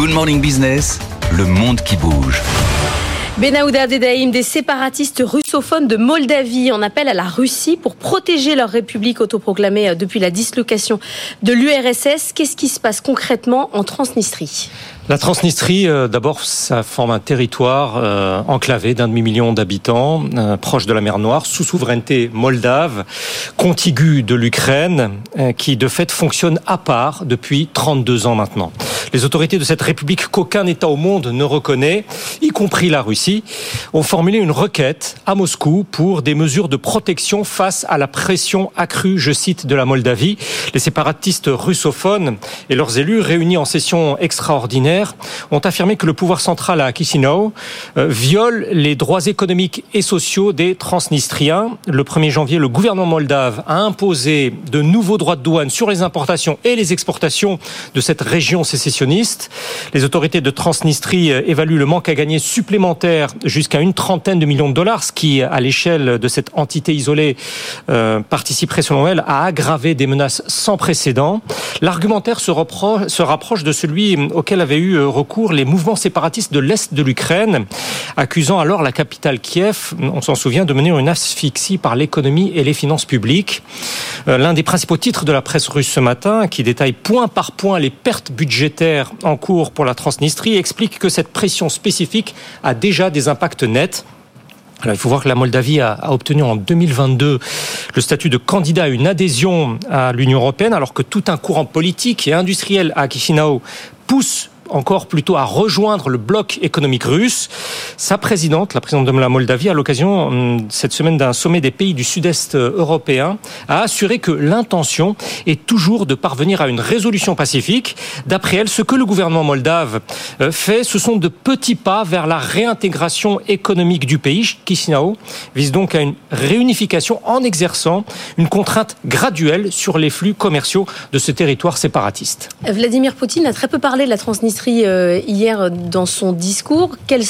Good Morning Business, le monde qui bouge. Benaouda Abdeldaïm, des séparatistes russophones de Moldavie en appellent à la Russie pour protéger leur république autoproclamée depuis la dislocation de l'URSS. Qu'est-ce qui se passe concrètement en Transnistrie ? La Transnistrie, d'abord, ça forme un territoire enclavé d'un demi-million d'habitants, proche de la mer Noire, sous souveraineté moldave, contigu de l'Ukraine, qui de fait fonctionne à part depuis 32 ans maintenant. Les autorités de cette république qu'aucun État au monde ne reconnaît, y compris la Russie, ont formulé une requête à Moscou pour des mesures de protection face à la pression accrue, je cite, de la Moldavie. Les séparatistes russophones et leurs élus, réunis en session extraordinaire, ont affirmé que le pouvoir central à Chisinau viole les droits économiques et sociaux des Transnistriens. Le 1er janvier, le gouvernement moldave a imposé de nouveaux droits de douane sur les importations et les exportations de cette région sécessionniste. Les autorités de Transnistrie évaluent le manque à gagner supplémentaire jusqu'à une trentaine de millions de dollars, ce qui, à l'échelle de cette entité isolée, participerait selon elle à aggraver des menaces sans précédent. L'argumentaire se rapproche de celui auquel avaient eu recours les mouvements séparatistes de l'Est de l'Ukraine, accusant alors la capitale Kiev, on s'en souvient, de mener une asphyxie par l'économie et les finances publiques. L'un des principaux titres de la presse russe ce matin, qui détaille point par point les pertes budgétaires en cours pour la Transnistrie, explique que cette pression spécifique a déjà des impacts nets. Alors, il faut voir que la Moldavie a obtenu en 2022 le statut de candidat à une adhésion à l'Union européenne, alors que tout un courant politique et industriel à Chisinau pousse encore plutôt à rejoindre le bloc économique russe. Sa présidente, la présidente de la Moldavie, à l'occasion cette semaine d'un sommet des pays du sud-est européen, a assuré que l'intention est toujours de parvenir à une résolution pacifique. D'après elle, ce que le gouvernement moldave fait, ce sont de petits pas vers la réintégration économique du pays. Chisinau vise donc à une réunification en exerçant une contrainte graduelle sur les flux commerciaux de ce territoire séparatiste. Vladimir Poutine a très peu parlé de la Transnistrie hier dans son discours. Quelle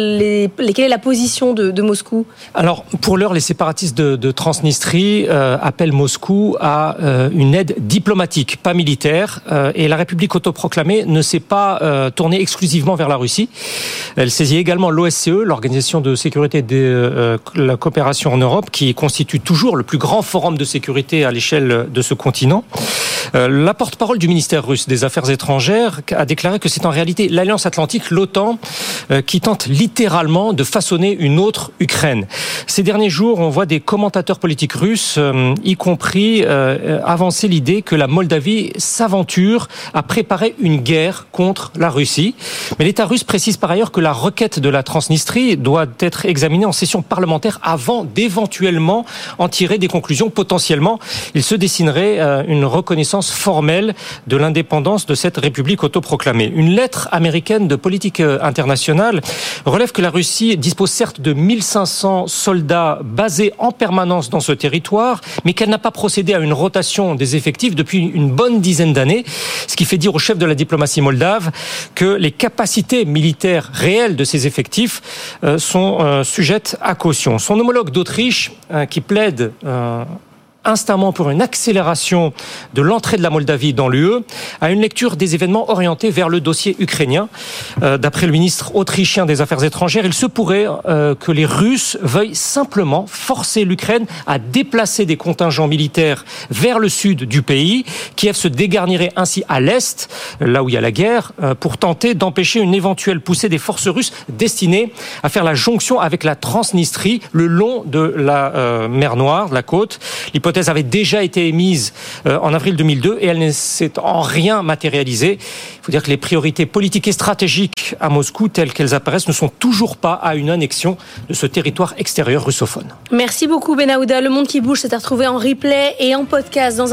est la position de Moscou ? Alors, pour l'heure, les séparatistes de Transnistrie appellent Moscou à une aide diplomatique, pas militaire. Et la République autoproclamée ne s'est pas tournée exclusivement vers la Russie. Elle saisit également l'OSCE, l'Organisation de sécurité et de la coopération en Europe, qui constitue toujours le plus grand forum de sécurité à l'échelle de ce continent. La porte-parole du ministère russe des Affaires étrangères a déclaré que c'est en réalité l'Alliance Atlantique, l'OTAN, qui tente littéralement de façonner une autre Ukraine. Ces derniers jours, on voit des commentateurs politiques russes, y compris avancer l'idée que la Moldavie s'aventure à préparer une guerre contre la Russie. Mais l'État russe précise par ailleurs que la requête de la Transnistrie doit être examinée en session parlementaire avant d'éventuellement en tirer des conclusions. Potentiellement, il se dessinerait une reconnaissance formelle de l'indépendance de cette république autoproclamée. Une lettre américaine de politique internationale relève que la Russie dispose certes de 1500 soldats basés en permanence dans ce territoire, mais qu'elle n'a pas procédé à une rotation des effectifs depuis une bonne dizaine d'années, ce qui fait dire au chef de la diplomatie moldave que les capacités militaires réelles de ces effectifs sont sujettes à caution. Son homologue d'Autriche, qui plaide instamment pour une accélération de l'entrée de la Moldavie dans l'UE, a une lecture des événements orientée vers le dossier ukrainien. D'après le ministre autrichien des Affaires étrangères, il se pourrait que les Russes veuillent simplement forcer l'Ukraine à déplacer des contingents militaires vers le sud du pays. Kiev se dégarnirait ainsi à l'est, là où il y a la guerre, pour tenter d'empêcher une éventuelle poussée des forces russes destinées à faire la jonction avec la Transnistrie le long de la mer Noire, de la côte. L'hypothèse avait déjà été émise en avril 2002 et elle ne s'est en rien matérialisée. Il faut dire que les priorités politiques et stratégiques à Moscou, telles qu'elles apparaissent, ne sont toujours pas à une annexion de ce territoire extérieur russophone. Merci beaucoup Benaouda. Le monde qui bouge s'est retrouvé en replay et en podcast dans